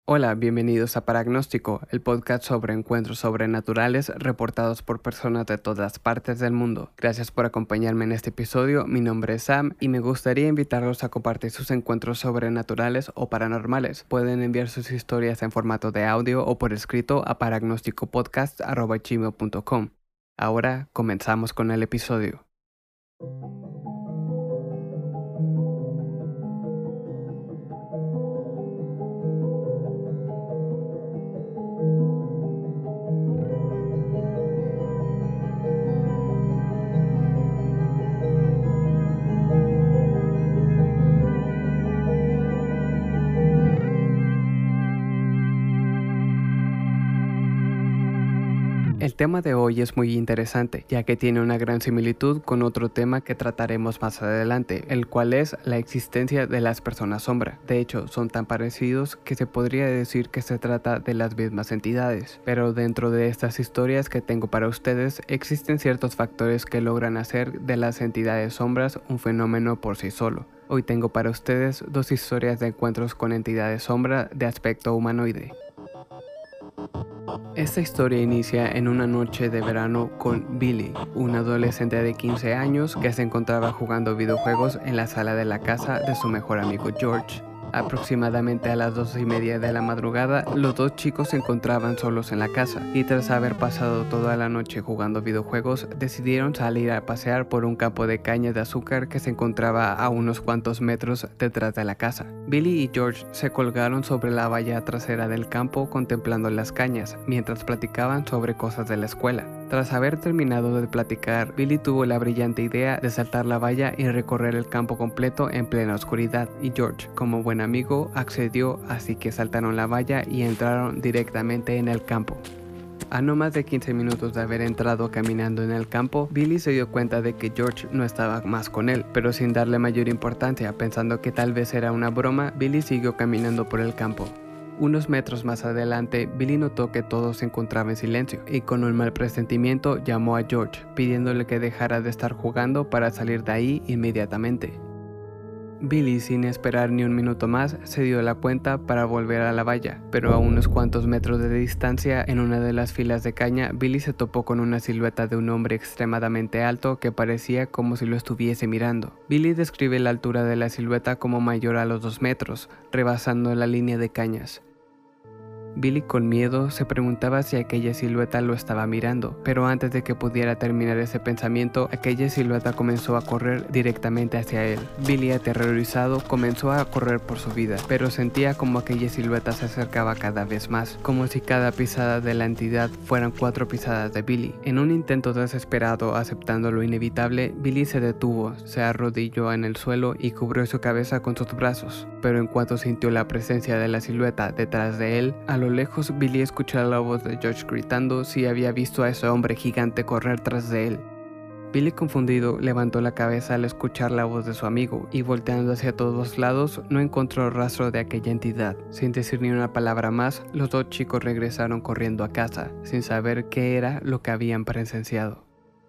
Hola, bienvenidos a Paragnóstico, el podcast sobre encuentros sobrenaturales reportados por personas de todas partes del mundo. Gracias por acompañarme en este episodio, mi nombre es Sam y me gustaría invitarlos a compartir sus encuentros sobrenaturales o paranormales. Pueden enviar sus historias en formato de audio o por escrito a paragnósticopodcast@gmail.com. Ahora comenzamos con el episodio. El tema de hoy es muy interesante, ya que tiene una gran similitud con otro tema que trataremos más adelante, el cual es la existencia de las personas sombra. De hecho, son tan parecidos que se podría decir que se trata de las mismas entidades. Pero dentro de estas historias que tengo para ustedes, existen ciertos factores que logran hacer de las entidades sombras un fenómeno por sí solo. Hoy tengo para ustedes dos historias de encuentros con entidades sombra de aspecto humanoide. Esta historia inicia en una noche de verano con Billy, un adolescente de 15 años que se encontraba jugando videojuegos en la sala de la casa de su mejor amigo George. Aproximadamente a las 2:30 de la madrugada, los dos chicos se encontraban solos en la casa y tras haber pasado toda la noche jugando videojuegos, decidieron salir a pasear por un campo de caña de azúcar que se encontraba a unos cuantos metros detrás de la casa. Billy y George se colgaron sobre la valla trasera del campo contemplando las cañas, mientras platicaban sobre cosas de la escuela. Tras haber terminado de platicar, Billy tuvo la brillante idea de saltar la valla y recorrer el campo completo en plena oscuridad, y George, como buen amigo, accedió, así que saltaron la valla y entraron directamente en el campo. A no más de 15 minutos de haber entrado caminando en el campo, Billy se dio cuenta de que George no estaba más con él, pero sin darle mayor importancia, pensando que tal vez era una broma, Billy siguió caminando por el campo. Unos metros más adelante, Billy notó que todo se encontraba en silencio y con un mal presentimiento llamó a George, pidiéndole que dejara de estar jugando para salir de ahí inmediatamente. Billy, sin esperar ni un minuto más, se dio la cuenta para volver a la valla, pero a unos cuantos metros de distancia, en una de las filas de caña, Billy se topó con una silueta de un hombre extremadamente alto que parecía como si lo estuviese mirando. Billy describe la altura de la silueta como mayor a los 2 metros, rebasando la línea de cañas. Billy con miedo se preguntaba si aquella silueta lo estaba mirando, pero antes de que pudiera terminar ese pensamiento, aquella silueta comenzó a correr directamente hacia él. Billy, aterrorizado, comenzó a correr por su vida, pero sentía como aquella silueta se acercaba cada vez más, como si cada pisada de la entidad fueran 4 pisadas de Billy. En un intento desesperado, aceptando lo inevitable, Billy se detuvo, se arrodilló en el suelo y cubrió su cabeza con sus brazos, pero en cuanto sintió la presencia de la silueta detrás de él, a lo lejos Billy escuchó la voz de George gritando si había visto a ese hombre gigante correr tras de él. Billy, confundido, levantó la cabeza al escuchar la voz de su amigo y volteando hacia todos lados no encontró rastro de aquella entidad. Sin decir ni una palabra más, los dos chicos regresaron corriendo a casa, sin saber qué era lo que habían presenciado.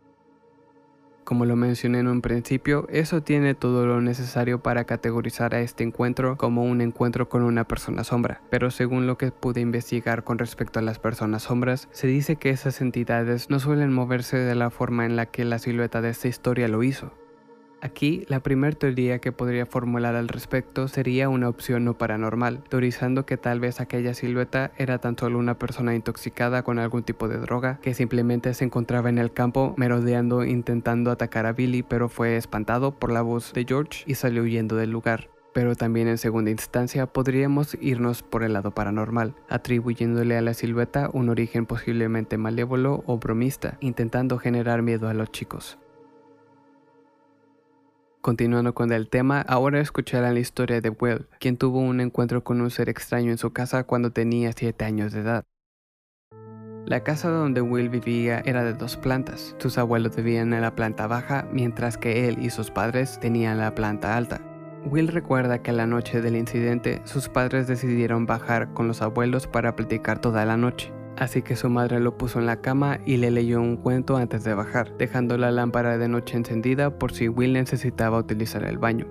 Como lo mencioné en un principio, eso tiene todo lo necesario para categorizar a este encuentro como un encuentro con una persona sombra, pero según lo que pude investigar con respecto a las personas sombras, se dice que esas entidades no suelen moverse de la forma en la que la silueta de esta historia lo hizo. Aquí, la primera teoría que podría formular al respecto sería una opción no paranormal, teorizando que tal vez aquella silueta era tan solo una persona intoxicada con algún tipo de droga que simplemente se encontraba en el campo merodeando intentando atacar a Billy, pero fue espantado por la voz de George y salió huyendo del lugar. Pero también en segunda instancia podríamos irnos por el lado paranormal, atribuyéndole a la silueta un origen posiblemente malévolo o bromista, intentando generar miedo a los chicos. Continuando con el tema, ahora escucharán la historia de Will, quien tuvo un encuentro con un ser extraño en su casa cuando tenía 7 años de edad. La casa donde Will vivía era de 2 plantas. Sus abuelos vivían en la planta baja, mientras que él y sus padres tenían la planta alta. Will recuerda que la noche del incidente, sus padres decidieron bajar con los abuelos para platicar toda la noche. Así que su madre lo puso en la cama y le leyó un cuento antes de bajar, dejando la lámpara de noche encendida por si Will necesitaba utilizar el baño.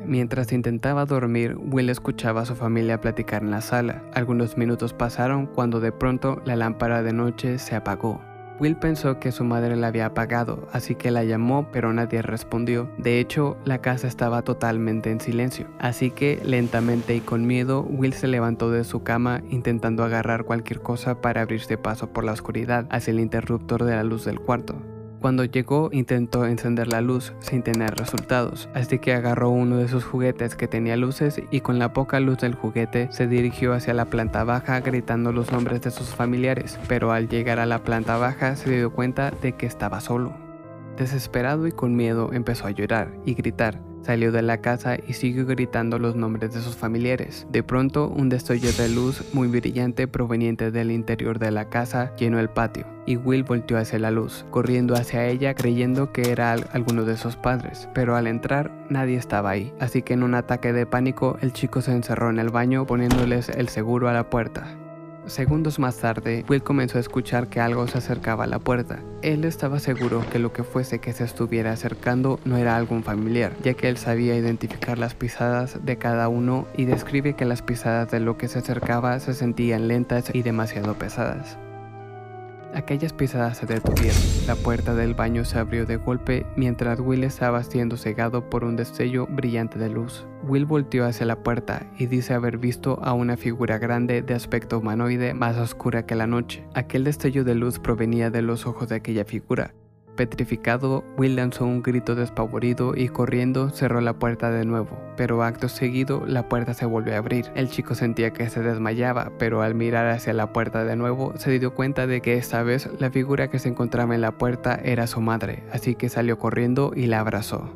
Mientras intentaba dormir, Will escuchaba a su familia platicar en la sala. Algunos minutos pasaron cuando de pronto la lámpara de noche se apagó. Will pensó que su madre la había apagado, así que la llamó, pero nadie respondió. De hecho, la casa estaba totalmente en silencio, así que lentamente y con miedo, Will se levantó de su cama intentando agarrar cualquier cosa para abrirse paso por la oscuridad hacia el interruptor de la luz del cuarto. Cuando llegó, intentó encender la luz sin tener resultados, así que agarró uno de sus juguetes que tenía luces y con la poca luz del juguete se dirigió hacia la planta baja gritando los nombres de sus familiares, pero al llegar a la planta baja se dio cuenta de que estaba solo. Desesperado y con miedo empezó a llorar y gritar. Salió de la casa y siguió gritando los nombres de sus familiares. De pronto, un destello de luz muy brillante proveniente del interior de la casa llenó el patio, y Will volteó hacia la luz, corriendo hacia ella creyendo que era alguno de sus padres, pero al entrar nadie estaba ahí, así que en un ataque de pánico el chico se encerró en el baño poniéndoles el seguro a la puerta. Segundos más tarde, Will comenzó a escuchar que algo se acercaba a la puerta. Él estaba seguro que lo que fuese que se estuviera acercando no era algún familiar, ya que él sabía identificar las pisadas de cada uno y describe que las pisadas de lo que se acercaba se sentían lentas y demasiado pesadas. Aquellas pisadas se detuvieron. La puerta del baño se abrió de golpe mientras Will estaba siendo cegado por un destello brillante de luz. Will volteó hacia la puerta y dice haber visto a una figura grande de aspecto humanoide más oscura que la noche. Aquel destello de luz provenía de los ojos de aquella figura. Petrificado, Will lanzó un grito despavorido y corriendo cerró la puerta de nuevo, pero acto seguido la puerta se volvió a abrir. El chico sentía que se desmayaba, pero al mirar hacia la puerta de nuevo se dio cuenta de que esta vez la figura que se encontraba en la puerta era su madre, así que salió corriendo y la abrazó.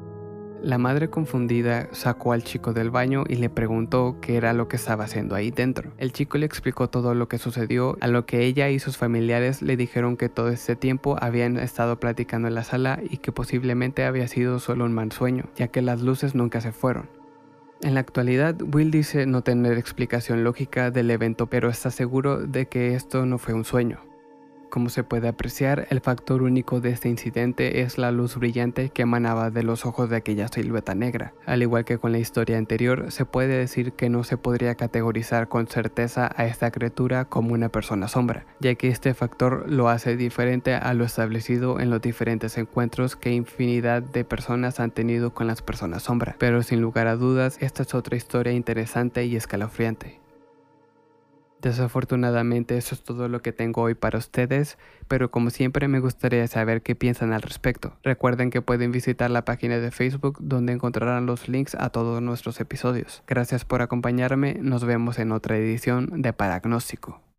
La madre confundida sacó al chico del baño y le preguntó qué era lo que estaba haciendo ahí dentro. El chico le explicó todo lo que sucedió, a lo que ella y sus familiares le dijeron que todo este tiempo habían estado platicando en la sala y que posiblemente había sido solo un mal sueño, ya que las luces nunca se fueron. En la actualidad, Will dice no tener explicación lógica del evento, pero está seguro de que esto no fue un sueño. Como se puede apreciar, el factor único de este incidente es la luz brillante que emanaba de los ojos de aquella silueta negra. Al igual que con la historia anterior, se puede decir que no se podría categorizar con certeza a esta criatura como una persona sombra, ya que este factor lo hace diferente a lo establecido en los diferentes encuentros que infinidad de personas han tenido con las personas sombra. Pero sin lugar a dudas, esta es otra historia interesante y escalofriante. Desafortunadamente eso es todo lo que tengo hoy para ustedes, pero como siempre me gustaría saber qué piensan al respecto. Recuerden que pueden visitar la página de Facebook donde encontrarán los links a todos nuestros episodios. Gracias por acompañarme, nos vemos en otra edición de Paragnóstico.